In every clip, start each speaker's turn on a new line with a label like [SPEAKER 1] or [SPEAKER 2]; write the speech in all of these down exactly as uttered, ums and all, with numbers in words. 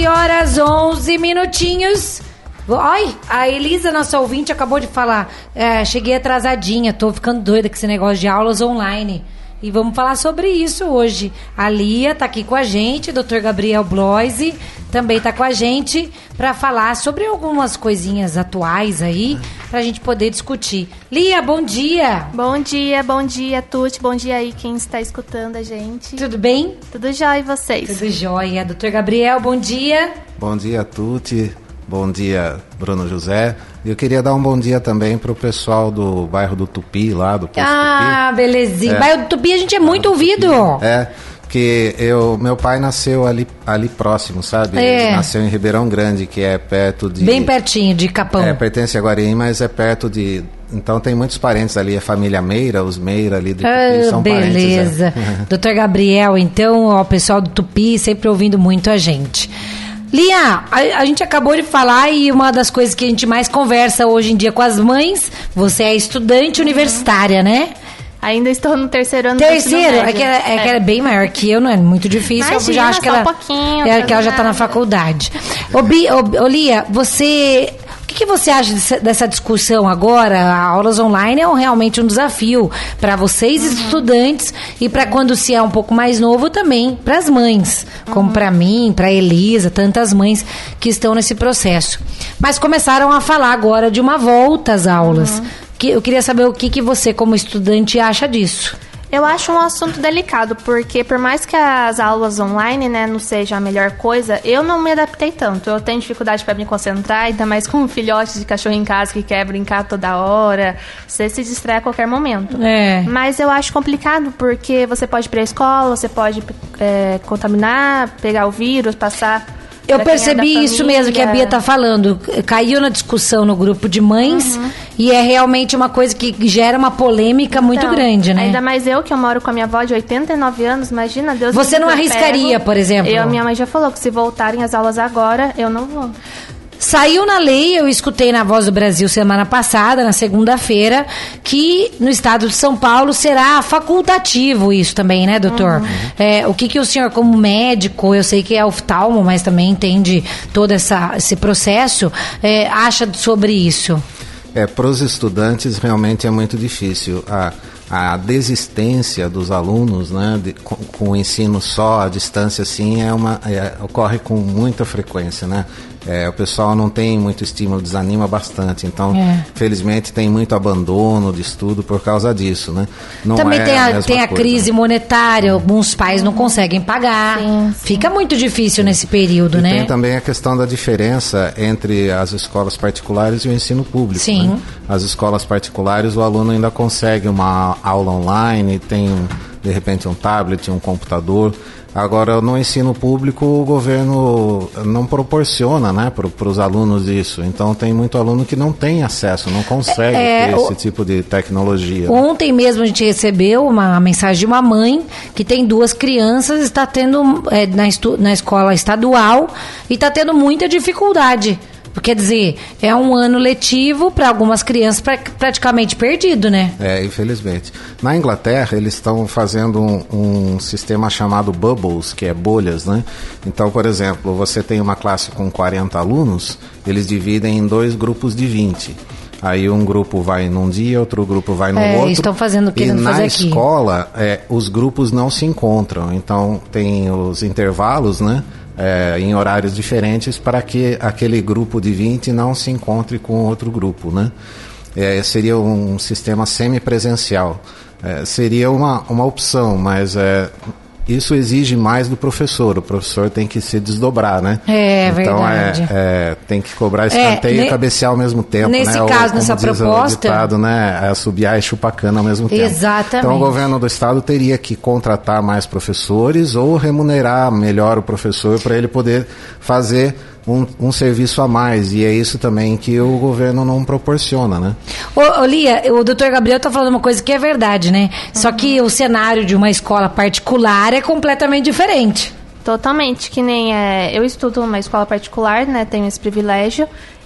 [SPEAKER 1] horas, onze minutinhos. Ai, a Elisa, nossa ouvinte, acabou de falar. É, cheguei atrasadinha, tô ficando doida com esse negócio de aulas online. E vamos falar sobre isso hoje. A Lia tá aqui com a gente, doutor Gabriel Bloise também tá com a gente para falar sobre algumas coisinhas atuais aí, pra gente poder discutir. Lia, bom dia!
[SPEAKER 2] Bom dia, bom dia, Tuti, bom dia aí quem está escutando a gente.
[SPEAKER 1] Tudo bem?
[SPEAKER 2] Tudo jóia, e vocês?
[SPEAKER 1] Tudo jóia. doutor Gabriel, bom dia!
[SPEAKER 3] Bom dia, Tuti. Bom dia, Bruno José. Eu queria dar um bom dia também para o pessoal do bairro do Tupi, lá do Posto
[SPEAKER 1] Ah,
[SPEAKER 3] Tupi.
[SPEAKER 1] belezinha.
[SPEAKER 3] É.
[SPEAKER 1] Bairro do Tupi a gente é muito ouvido.
[SPEAKER 3] É, porque eu, meu pai nasceu ali, ali próximo, sabe?
[SPEAKER 1] É.
[SPEAKER 3] Ele nasceu em Ribeirão Grande, que é perto de...
[SPEAKER 1] Bem pertinho de Capão.
[SPEAKER 3] É, pertence a Guarani, mas é perto de... Então tem muitos parentes ali, a família Meira, os Meira ali do Tupi
[SPEAKER 1] Ah,
[SPEAKER 3] são
[SPEAKER 1] beleza.
[SPEAKER 3] parentes. É.
[SPEAKER 1] doutor Gabriel, então, ó, o pessoal do Tupi sempre ouvindo muito a gente. Lia, a, a gente acabou de falar e uma das coisas que a gente mais conversa hoje em dia com as mães, você é estudante universitária, né?
[SPEAKER 2] Ainda estou no terceiro ano
[SPEAKER 1] Terceiro,
[SPEAKER 2] do ensino
[SPEAKER 1] é que, ela, é,
[SPEAKER 2] é.
[SPEAKER 1] que ela é bem maior que eu, não é muito difícil.
[SPEAKER 2] Imagina,
[SPEAKER 1] eu já acho que
[SPEAKER 2] só
[SPEAKER 1] ela,
[SPEAKER 2] um pouquinho,
[SPEAKER 1] é, que ela já está na
[SPEAKER 2] nada.
[SPEAKER 1] faculdade. Ô, Bi, ô, ô, Lia, você... O que, que você acha dessa, dessa discussão agora? Aulas online é realmente um desafio para vocês, uhum. estudantes, e para quando se é um pouco mais novo também, para as mães, uhum. como para mim, para Elisa, tantas mães que estão nesse processo. Mas começaram a falar agora de uma volta às aulas. Uhum. Que, eu queria saber o que, que você, como estudante, acha disso.
[SPEAKER 2] Eu acho um assunto delicado, porque por mais que as aulas online, né, não seja a melhor coisa, eu não me adaptei tanto. Eu tenho dificuldade para me concentrar, ainda mais com um filhote de cachorro em casa que quer brincar toda hora. Você se distrai a qualquer momento.
[SPEAKER 1] É.
[SPEAKER 2] Mas eu acho complicado, porque você pode ir para a escola, você pode é, contaminar, pegar o vírus, passar...
[SPEAKER 1] Eu percebi isso mesmo que a Bia tá falando. Caiu na discussão no grupo de mães, uhum. e é realmente uma coisa que gera uma polêmica então, muito grande, né?
[SPEAKER 2] Ainda mais eu, que eu moro com a minha avó de oitenta e nove anos, imagina, Deus...
[SPEAKER 1] Você não arriscaria,
[SPEAKER 2] pego,
[SPEAKER 1] por exemplo?
[SPEAKER 2] Eu, minha mãe já falou que se voltarem as aulas agora, eu não vou.
[SPEAKER 1] Saiu na lei, eu escutei na Voz do Brasil semana passada, na segunda-feira, que no estado de São Paulo será facultativo isso também, né, doutor? Uhum. É, o que, que o senhor, como médico, eu sei que é oftalmo, mas também entende todo essa, esse processo, é, acha sobre isso?
[SPEAKER 3] É, para os estudantes realmente é muito difícil. A, a desistência dos alunos, né, de, com, com o ensino só à distância, assim, é uma, é, ocorre com muita frequência, né? É, o pessoal não tem muito estímulo, desanima bastante. Então, é. felizmente, tem muito abandono de estudo por causa disso, né? Não
[SPEAKER 1] Também
[SPEAKER 3] é
[SPEAKER 1] tem a,
[SPEAKER 3] a,
[SPEAKER 1] tem a
[SPEAKER 3] coisa,
[SPEAKER 1] crise
[SPEAKER 3] né?
[SPEAKER 1] monetária, alguns pais não conseguem pagar. Sim, sim. Fica muito difícil nesse período,
[SPEAKER 3] e
[SPEAKER 1] né?
[SPEAKER 3] Tem também a questão da diferença entre as escolas particulares e o ensino público.
[SPEAKER 1] Sim.
[SPEAKER 3] Né? As escolas particulares, o aluno ainda consegue uma aula online, tem, de repente, um tablet, um computador. Agora, no ensino público, o governo não proporciona, né, para os alunos isso. Então, tem muito aluno que não tem acesso, não consegue é, ter o, esse tipo de tecnologia.
[SPEAKER 1] Ontem mesmo a gente recebeu uma mensagem de uma mãe que tem duas crianças, está tendo é, na, estu, na escola estadual e está tendo muita dificuldade. Quer dizer, é um ano letivo para algumas crianças pra, praticamente perdido, né?
[SPEAKER 3] É, infelizmente. Na Inglaterra, eles estão fazendo um, um sistema chamado Bubbles, que é bolhas, né? Então, por exemplo, você tem uma classe com quarenta alunos, eles dividem em dois grupos de vinte. Aí um grupo vai num dia, outro grupo vai no
[SPEAKER 1] é,
[SPEAKER 3] outro.
[SPEAKER 1] Estão fazendo, querendo
[SPEAKER 3] e
[SPEAKER 1] fazer
[SPEAKER 3] na
[SPEAKER 1] aqui.
[SPEAKER 3] escola, é, os grupos não se encontram. Então, tem os intervalos, né? É, em horários diferentes para que aquele grupo de vinte não se encontre com outro grupo, né? É, seria um sistema semipresencial. É, seria uma, uma opção, mas é, isso exige mais do professor. O professor tem que se desdobrar, né?
[SPEAKER 1] É,
[SPEAKER 3] então,
[SPEAKER 1] verdade.
[SPEAKER 3] É, é, tem que cobrar escanteio é, e ne- cabecear ao mesmo tempo.
[SPEAKER 1] Nesse
[SPEAKER 3] né?
[SPEAKER 1] caso,
[SPEAKER 3] Ou,
[SPEAKER 1] nessa
[SPEAKER 3] como diz
[SPEAKER 1] proposta...
[SPEAKER 3] o ditado, né? É assobiar e chupar cana ao mesmo tempo.
[SPEAKER 1] Exatamente.
[SPEAKER 3] Então, o governo do estado teria que contratar mais professores ou remunerar melhor o professor para ele poder fazer Um, um serviço a mais, e é isso também que o governo não proporciona, né?
[SPEAKER 1] Ô, ô Lia, o doutor Gabriel está falando uma coisa que é verdade, né? Uhum. Só que o cenário de uma escola particular é completamente diferente.
[SPEAKER 2] Totalmente, que nem é, eu estudo numa escola particular, né? Tenho esse privilégio.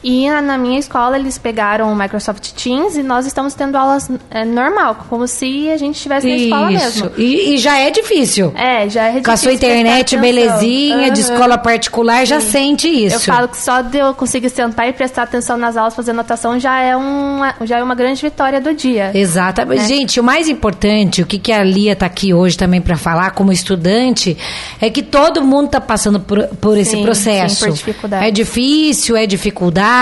[SPEAKER 2] E na, na minha escola eles pegaram o Microsoft Teams e nós estamos tendo aulas é, normal, como se a gente estivesse na escola mesmo.
[SPEAKER 1] E, e já é difícil.
[SPEAKER 2] É, já é difícil.
[SPEAKER 1] Com a sua internet belezinha, uhum. de escola particular, já Sim. sente isso.
[SPEAKER 2] Eu falo que só de eu conseguir sentar e prestar atenção nas aulas, fazer anotação, já é uma, já é uma grande vitória do dia.
[SPEAKER 1] Exatamente. Né? Gente, o mais importante, o que, que a Lia está aqui hoje também para falar, como estudante, é que todo mundo está passando por, por esse sim, processo.
[SPEAKER 2] Sim, por dificuldade.
[SPEAKER 1] É difícil, é dificuldade,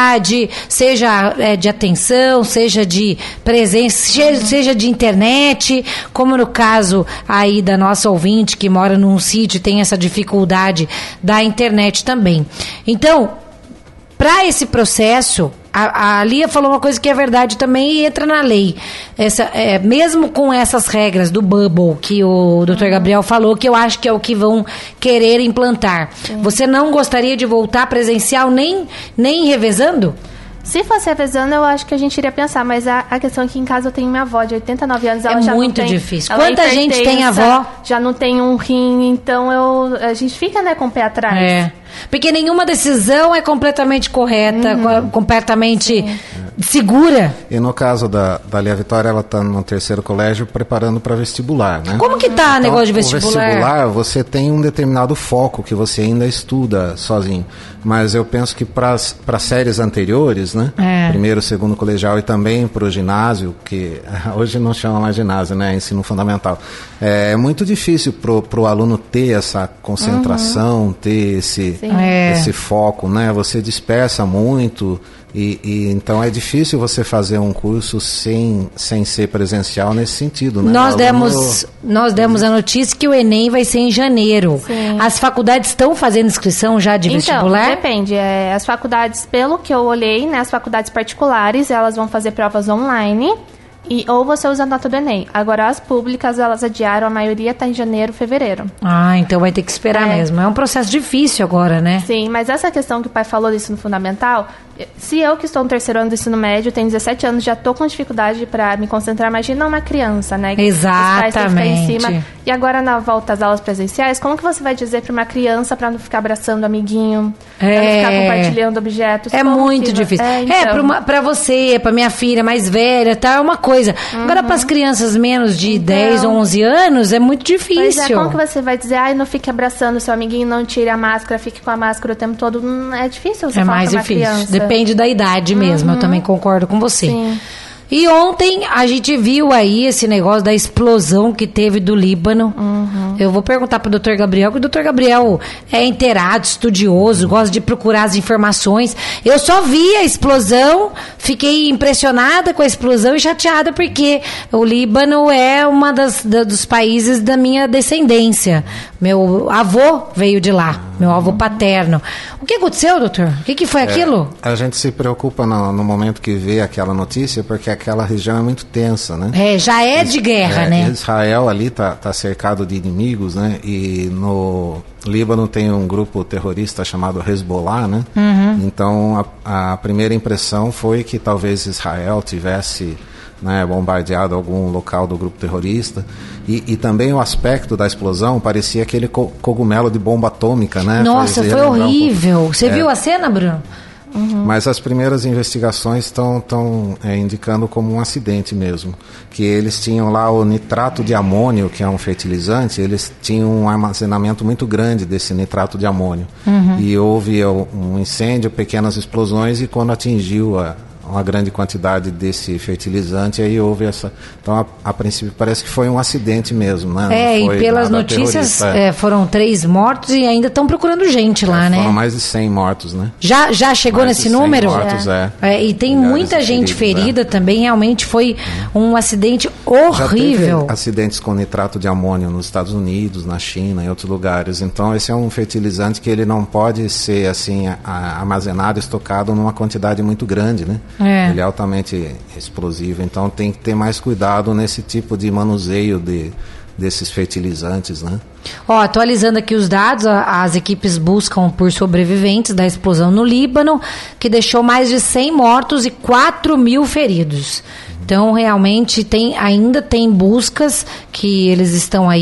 [SPEAKER 1] seja é, de atenção, seja de presença, uhum. seja de internet, como no caso aí da nossa ouvinte que mora num sítio e tem essa dificuldade da internet também. Então, para esse processo, a, a Lia falou uma coisa que é verdade também e entra na lei. Essa, é, mesmo com essas regras do bubble que o doutor Gabriel falou, que eu acho que é o que vão querer implantar. Sim. Você não gostaria de voltar presencial nem, nem revezando?
[SPEAKER 2] Se fosse revezando, eu acho que a gente iria pensar, mas a, a questão é que em casa eu tenho minha avó de oitenta e nove anos, ela
[SPEAKER 1] é
[SPEAKER 2] já
[SPEAKER 1] muito
[SPEAKER 2] não tem,
[SPEAKER 1] difícil. Quanta gente tem avó?
[SPEAKER 2] Já não tem um rim, então eu, a gente fica, né, com o pé atrás.
[SPEAKER 1] É. Porque nenhuma decisão é completamente correta, uhum. completamente Sim. segura.
[SPEAKER 3] E no caso da, da Lia Vitória, ela está no terceiro colégio preparando para vestibular, né?
[SPEAKER 1] Como que tá o então, negócio de vestibular?
[SPEAKER 3] O vestibular, você tem um determinado foco que você ainda estuda sozinho. Mas eu penso que para séries anteriores, né? É. Primeiro, segundo colegial e também para o ginásio, que hoje não chama mais ginásio, né? Ensino fundamental. É, é muito difícil para o aluno ter essa concentração, uhum. ter esse, é. esse foco, né? Você dispersa muito. E, e então é difícil você fazer um curso sem, sem ser presencial nesse sentido, né?
[SPEAKER 1] Nós demos, nós demos a notícia que o Enem vai ser em janeiro. Sim. As faculdades estão fazendo inscrição já de
[SPEAKER 2] então,
[SPEAKER 1] vestibular?
[SPEAKER 2] Depende. É, as faculdades, pelo que eu olhei, né, as faculdades particulares, elas vão fazer provas online. E, ou você usa a nota do Enem. Agora, as públicas, elas adiaram, a maioria está em janeiro, fevereiro.
[SPEAKER 1] Ah, então vai ter que esperar é. mesmo. É um processo difícil agora, né?
[SPEAKER 2] Sim, mas essa questão que o pai falou do ensino fundamental, se eu que estou no terceiro ano do ensino médio, tenho dezessete anos, já estou com dificuldade para me concentrar, imagina uma criança, né? Que
[SPEAKER 1] exatamente.
[SPEAKER 2] Os pais têm que ficar em cima. E agora, na volta às aulas presenciais, como que você vai dizer para uma criança para não ficar abraçando o amiguinho, é. para não ficar compartilhando objetos?
[SPEAKER 1] É muito que... difícil. É, então. é para você, para minha filha mais velha, tá? É uma coisa. Uhum. Agora, para as crianças menos de então, dez, onze anos, é muito difícil.
[SPEAKER 2] Pois é, como que você vai dizer, ai, não fique abraçando o seu amiguinho, não tire a máscara, fique com a máscara o tempo todo? Hum, é difícil você
[SPEAKER 1] é
[SPEAKER 2] falar
[SPEAKER 1] mais
[SPEAKER 2] com uma
[SPEAKER 1] difícil.
[SPEAKER 2] criança.
[SPEAKER 1] Depende da idade mesmo, uhum. eu também concordo com você. Sim. E ontem a gente viu aí esse negócio da explosão que teve do Líbano. Uhum. Eu vou perguntar para o doutor Gabriel, que o doutor Gabriel é inteirado, estudioso, gosta de procurar as informações. Eu só vi a explosão, fiquei impressionada com a explosão e chateada porque o Líbano é uma das da, dos países da minha descendência. Meu avô veio de lá, meu avô paterno. O que aconteceu, doutor? O que, que foi
[SPEAKER 3] é,
[SPEAKER 1] aquilo?
[SPEAKER 3] A gente se preocupa no, no momento que vê aquela notícia, porque aquela região é muito tensa, né?
[SPEAKER 1] É, já é de guerra,
[SPEAKER 3] é,
[SPEAKER 1] né?
[SPEAKER 3] Israel ali tá, tá cercado de inimigos, né? E no Líbano tem um grupo terrorista chamado Hezbollah, né? Uhum. Então a, a primeira impressão foi que talvez Israel tivesse, né, bombardeado algum local do grupo terrorista. E, e também o aspecto da explosão parecia aquele co- cogumelo de bomba atômica, né?
[SPEAKER 1] Nossa, foi horrível. Um Você é, viu a cena, Bruno?
[SPEAKER 3] Uhum. Mas as primeiras investigações estão é, indicando como um acidente mesmo. Que eles tinham lá o nitrato de amônio, que é um fertilizante, eles tinham um armazenamento muito grande desse nitrato de amônio. Uhum. E houve um incêndio, pequenas explosões, e quando atingiu a uma grande quantidade desse fertilizante, aí houve essa... Então, a, a princípio, parece que foi um acidente mesmo, né?
[SPEAKER 1] É, e pelas notícias, é, foram três mortos e ainda estão procurando gente lá,
[SPEAKER 3] é,
[SPEAKER 1] né?
[SPEAKER 3] Foram mais de cem mortos, né?
[SPEAKER 1] Já, já chegou
[SPEAKER 3] mais
[SPEAKER 1] nesse número?
[SPEAKER 3] Mortos, é.
[SPEAKER 1] É, e tem Milhares muita gente feridos, ferida é. também, realmente foi um acidente horrível.
[SPEAKER 3] Já teve acidentes com nitrato de amônio nos Estados Unidos, na China, em outros lugares. Então, esse é um fertilizante que ele não pode ser, assim, a, a, armazenado, estocado numa quantidade muito grande, né? É. Ele é altamente explosivo, então tem que ter mais cuidado nesse tipo de manuseio de, desses fertilizantes, né?
[SPEAKER 1] Ó, atualizando aqui os dados, as equipes buscam por sobreviventes da explosão no Líbano, que deixou mais de cem mortos e quatro mil feridos. Então, realmente, tem, ainda tem buscas que eles estão aí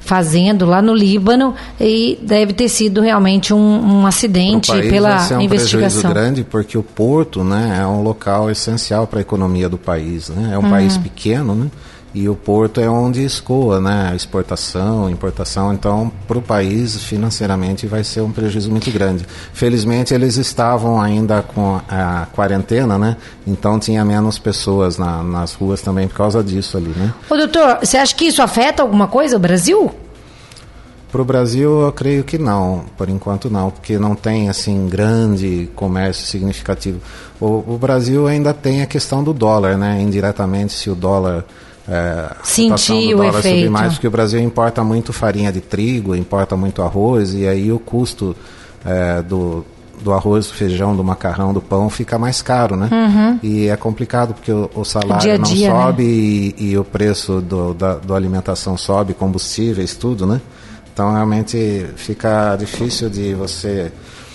[SPEAKER 1] fazendo lá no Líbano, e deve ter sido realmente um, um acidente pela
[SPEAKER 3] vai ser um
[SPEAKER 1] investigação.
[SPEAKER 3] Prejuízo grande, porque o porto, né, é um local essencial para a economia do país, né? É um uhum. país pequeno, né? E o porto é onde escoa, né, exportação, importação. Então, para o país, financeiramente, vai ser um prejuízo muito grande. Felizmente, eles estavam ainda com a quarentena, né? Então, tinha menos pessoas na, nas ruas também por causa disso ali, né?
[SPEAKER 1] Ô, doutor, você acha que isso afeta alguma coisa o Brasil?
[SPEAKER 3] Para o Brasil, eu creio que não, por enquanto não, porque não tem, assim, grande comércio significativo. O, o Brasil ainda tem a questão do dólar, né? Indiretamente, se o dólar... É,
[SPEAKER 1] sentir o efeito.
[SPEAKER 3] Mais, porque o Brasil importa muito farinha de trigo, importa muito arroz, e aí o custo é, do, do arroz, do feijão, do macarrão, do pão fica mais caro, né? Uhum. E é complicado porque o, o salário dia -dia, não sobe, né? e, e o preço do, da do alimentação sobe, combustíveis, tudo, né? Então realmente fica difícil de você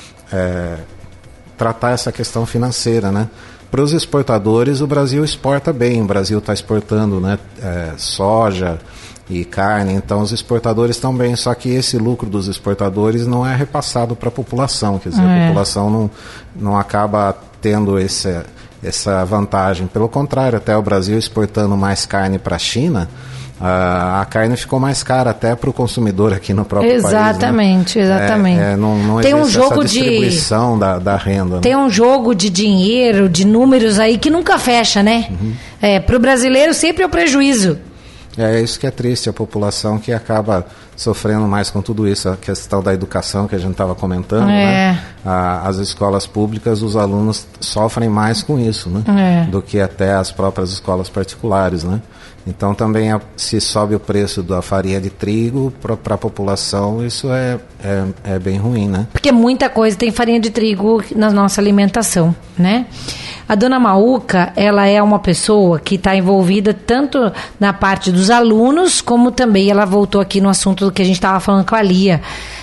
[SPEAKER 3] é, tratar essa questão financeira, né? Para os exportadores, o Brasil exporta bem. O Brasil está exportando, né, é, soja e carne, então os exportadores estão bem. Só que esse lucro dos exportadores não é repassado para a população. Quer dizer, é. a população não, não acaba tendo esse, essa vantagem. Pelo contrário, até o Brasil exportando mais carne para a China, a, a carne ficou mais cara até para o consumidor aqui no próprio
[SPEAKER 1] exatamente,
[SPEAKER 3] país. Né?
[SPEAKER 1] Exatamente,
[SPEAKER 3] é, é, não, não
[SPEAKER 1] tem um jogo
[SPEAKER 3] essa distribuição
[SPEAKER 1] de,
[SPEAKER 3] da, da renda.
[SPEAKER 1] Tem
[SPEAKER 3] né?
[SPEAKER 1] um jogo de dinheiro, de números aí que nunca fecha, né? Uhum. É, para o brasileiro sempre é o prejuízo.
[SPEAKER 3] É isso que é triste, a população que acaba sofrendo mais com tudo isso, a questão da educação que a gente estava comentando, é. né? A, as escolas públicas, os alunos sofrem mais com isso, né? É. Do que até as próprias escolas particulares, né? Então também a, se sobe o preço da farinha de trigo para a população, isso é, é, é bem ruim, né?
[SPEAKER 1] Porque muita coisa tem farinha de trigo na nossa alimentação, né? A dona Mauca, ela é uma pessoa que está envolvida tanto na parte dos alunos, como também ela voltou aqui no assunto do que a gente estava falando com a Lia.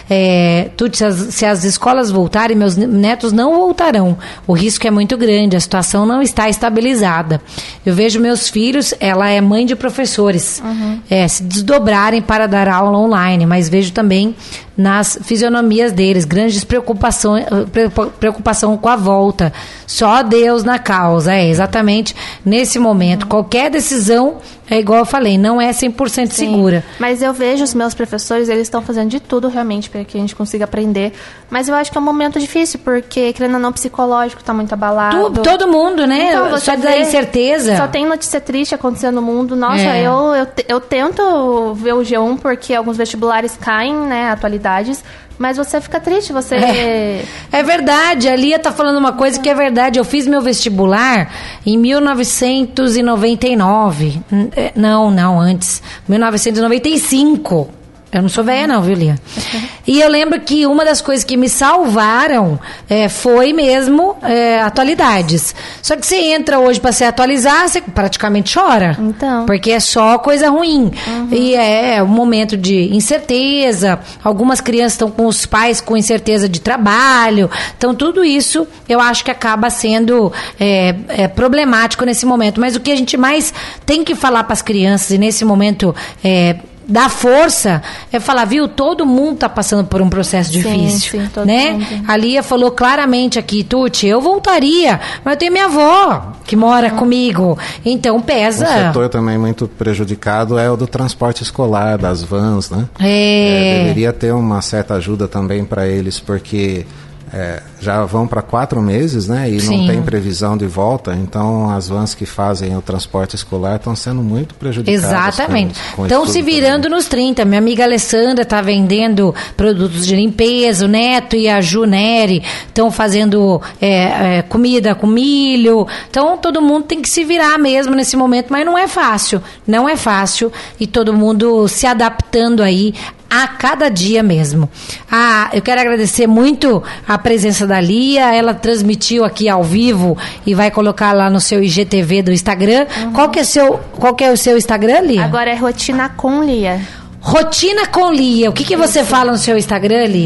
[SPEAKER 1] É, tudo, se, as, se as escolas voltarem, meus netos não voltarão. O risco é muito grande, a situação não está estabilizada. Eu vejo meus filhos, ela é mãe de professores, uhum. é, se desdobrarem para dar aula online, mas vejo também nas fisionomias deles grandes preocupação, preocupação com a volta. Só Deus na causa, é exatamente nesse momento. Uhum. Qualquer decisão, é igual eu falei, não é cem por cento Sim, segura.
[SPEAKER 2] Mas eu vejo os meus professores, eles estão fazendo de tudo realmente para que a gente consiga aprender. Mas eu acho que é um momento difícil, porque, querendo ou não, o psicológico está muito abalado.
[SPEAKER 1] Tu, todo mundo, né?
[SPEAKER 2] Então,
[SPEAKER 1] só da incerteza.
[SPEAKER 2] Só tem notícia triste acontecendo no mundo. Nossa, é. eu, eu, eu tento ver o G um, porque alguns vestibulares caem, né, atualidades. Mas você fica triste, você...
[SPEAKER 1] É, é verdade, a Lia tá falando uma coisa que é verdade. Eu fiz meu vestibular em mil novecentos e noventa e nove. Não, não, antes. mil novecentos e noventa e cinco. Eu não sou velha não, viu, Lia? Uhum. E eu lembro que uma das coisas que me salvaram é, foi mesmo é, atualidades. Só que você entra hoje para se atualizar, você praticamente chora.
[SPEAKER 2] Então.
[SPEAKER 1] Porque é só coisa ruim. Uhum. E é um momento de incerteza. Algumas crianças estão com os pais com incerteza de trabalho. Então, tudo isso eu acho que acaba sendo é, é, problemático nesse momento. Mas o que a gente mais tem que falar para as crianças, e nesse momento... É, dar força, é falar, viu, todo mundo está passando por um processo difícil, sim, sim, todo né? Mundo. A Lia falou claramente aqui, Tuti, eu voltaria, mas eu tenho minha avó que mora uhum. comigo, então pesa.
[SPEAKER 3] Um setor também muito prejudicado é o do transporte escolar, das vans, né?
[SPEAKER 1] É.
[SPEAKER 3] É, deveria ter uma certa ajuda também para eles, porque É, já vão para quatro meses, né? E Sim. não tem previsão de volta. Então, as vans que fazem o transporte escolar estão sendo muito prejudicadas.
[SPEAKER 1] Exatamente. Estão se virando também. Nos trinta. Minha amiga Alessandra está vendendo produtos de limpeza. O Neto e a Ju Neri estão fazendo é, é, comida com milho. Então, todo mundo tem que se virar mesmo nesse momento. Mas não é fácil. Não é fácil. E todo mundo se adaptando aí a cada dia mesmo. Ah, eu quero agradecer muito a presença da Lia, ela transmitiu aqui ao vivo e vai colocar lá no seu I G T V do Instagram. Uhum. Qual que é, seu, qual que é o seu Instagram, Lia?
[SPEAKER 2] Agora é Rotina com Lia.
[SPEAKER 1] Rotina com Lia. O que, que você fala no seu Instagram, Lia?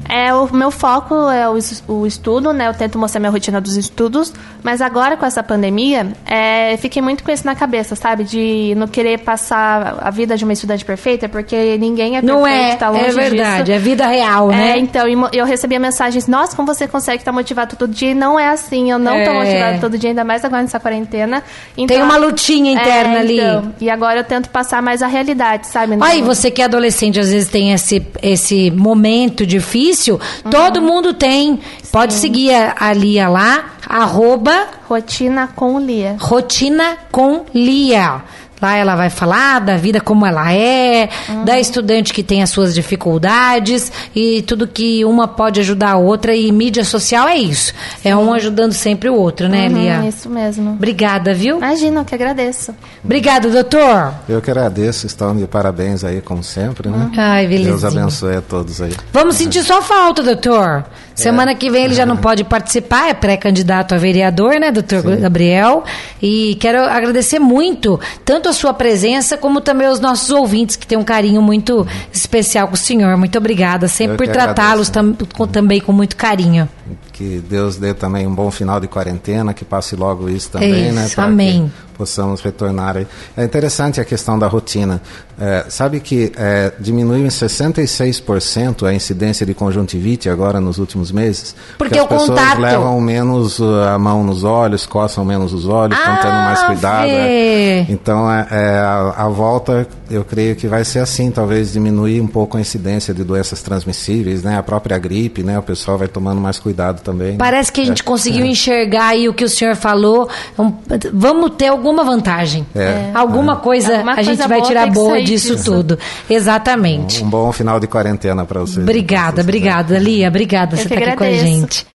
[SPEAKER 2] É, o meu foco é o, o estudo, né? Eu tento mostrar minha rotina dos estudos, mas agora com essa pandemia, é, fiquei muito com isso na cabeça, sabe? De não querer passar a vida de uma estudante perfeita, porque ninguém é perfeito,
[SPEAKER 1] não é,
[SPEAKER 2] tá longe disso.
[SPEAKER 1] É verdade, disso. É vida real, né?
[SPEAKER 2] É, então, eu recebia mensagens, nossa, como você consegue estar motivado todo dia? E não é assim, eu não é. tô motivado todo dia, ainda mais agora nessa quarentena. Então,
[SPEAKER 1] tem uma lutinha interna é, ali.
[SPEAKER 2] Então, e agora eu tento passar mais a realidade, sabe?
[SPEAKER 1] Aí, você que é adolescente, às vezes tem esse, esse momento difícil, Uhum. todo mundo tem. Sim. Pode seguir a, a Lia lá, arroba...
[SPEAKER 2] Rotina com Lia.
[SPEAKER 1] Rotina com Lia. Lá ela vai falar da vida como ela é, uhum. da estudante que tem as suas dificuldades e tudo que uma pode ajudar a outra. E mídia social é isso. É um ajudando sempre o outro, né,
[SPEAKER 2] uhum,
[SPEAKER 1] Lia?
[SPEAKER 2] Isso mesmo.
[SPEAKER 1] Obrigada, viu?
[SPEAKER 2] Imagina, eu que agradeço.
[SPEAKER 1] Obrigada, doutor.
[SPEAKER 3] Eu que agradeço. Estão de parabéns aí, como sempre, né?
[SPEAKER 1] Ai, beleza.
[SPEAKER 3] Deus abençoe a todos aí.
[SPEAKER 1] Vamos sentir sua falta, doutor. Semana é. que vem ele já não pode participar, é pré-candidato a vereador, né, doutor Sim. Gabriel? E quero agradecer muito, tanto a sua presença, como também os nossos ouvintes, que têm um carinho muito especial com o senhor. Muito obrigada, sempre por tratá-los tam, com, também com muito carinho.
[SPEAKER 3] Que Deus dê também um bom final de quarentena, que passe logo isso também,
[SPEAKER 1] isso,
[SPEAKER 3] né?
[SPEAKER 1] Amém.
[SPEAKER 3] Possamos retornar aí. É interessante a questão da rotina. É, sabe que é, diminuiu em sessenta e seis por cento a incidência de conjuntivite agora nos últimos meses?
[SPEAKER 1] Porque,
[SPEAKER 3] porque
[SPEAKER 1] o
[SPEAKER 3] as pessoas
[SPEAKER 1] contato...
[SPEAKER 3] levam menos a mão nos olhos, coçam menos os olhos, estão
[SPEAKER 1] ah,
[SPEAKER 3] tendo mais cuidado. É. Então, é, é, a, a volta, eu creio que vai ser assim, talvez diminuir um pouco a incidência de doenças transmissíveis, né? A própria gripe, né? O pessoal vai tomando mais cuidado também.
[SPEAKER 1] Parece que a gente é, conseguiu é. enxergar aí o que o senhor falou. Um, vamos ter alguma vantagem. É. Alguma é. coisa alguma a gente coisa vai tirar boa disso, disso tudo. Exatamente.
[SPEAKER 3] Um, um bom final de quarentena para vocês.
[SPEAKER 1] Obrigada, obrigada, Lia. Obrigada por você estar aqui com a gente.